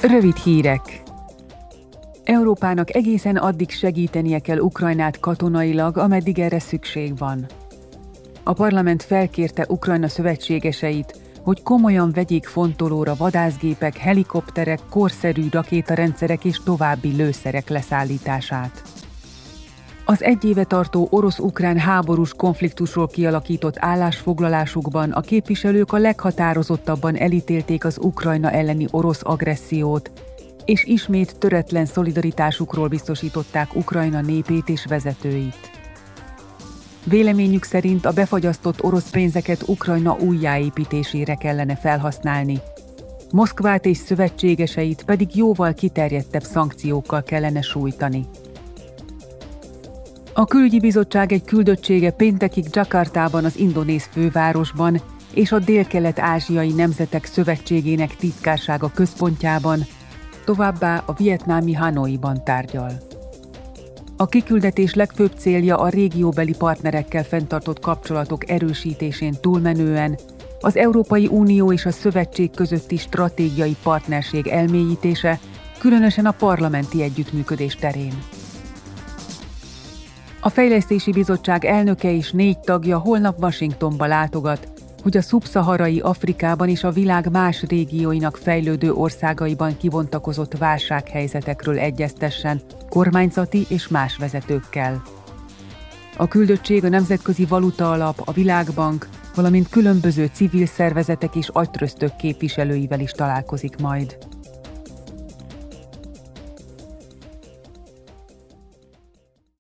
Rövid hírek. Európának egészen addig segítenie kell Ukrajnát katonailag, ameddig erre szükség van. A parlament felkérte Ukrajna szövetségeseit, hogy komolyan vegyék fontolóra vadászgépek, helikopterek, korszerű rakétarendszerek és további lőszerek leszállítását. Az egy éve tartó orosz-ukrán háborús konfliktusról kialakított állásfoglalásukban a képviselők a leghatározottabban elítélték az Ukrajna elleni orosz agressziót, és ismét töretlen szolidaritásukról biztosították Ukrajna népét és vezetőit. Véleményük szerint a befagyasztott orosz pénzeket Ukrajna újjáépítésére kellene felhasználni, Moszkvát és szövetségeseit pedig jóval kiterjedtebb szankciókkal kellene sújtani. A külügyi bizottság egy küldöttsége péntekig Dzsakartában, az indonéz fővárosban és a Délkelet-ázsiai Nemzetek Szövetségének titkársága központjában, továbbá a vietnámi Hanoiban tárgyal. A kiküldetés legfőbb célja a régióbeli partnerekkel fenntartott kapcsolatok erősítésén túlmenően az Európai Unió és a szövetség közötti stratégiai partnerség elmélyítése, különösen a parlamenti együttműködés terén. A Fejlesztési Bizottság elnöke és 4 tagja holnap Washingtonba látogat, hogy a szubszaharai Afrikában és a világ más régióinak fejlődő országaiban kibontakozott válsághelyzetekről egyeztessen kormányzati és más vezetőkkel. A küldöttség a Nemzetközi Valutaalap, a Világbank, valamint különböző civil szervezetek és agytröztök képviselőivel is találkozik majd.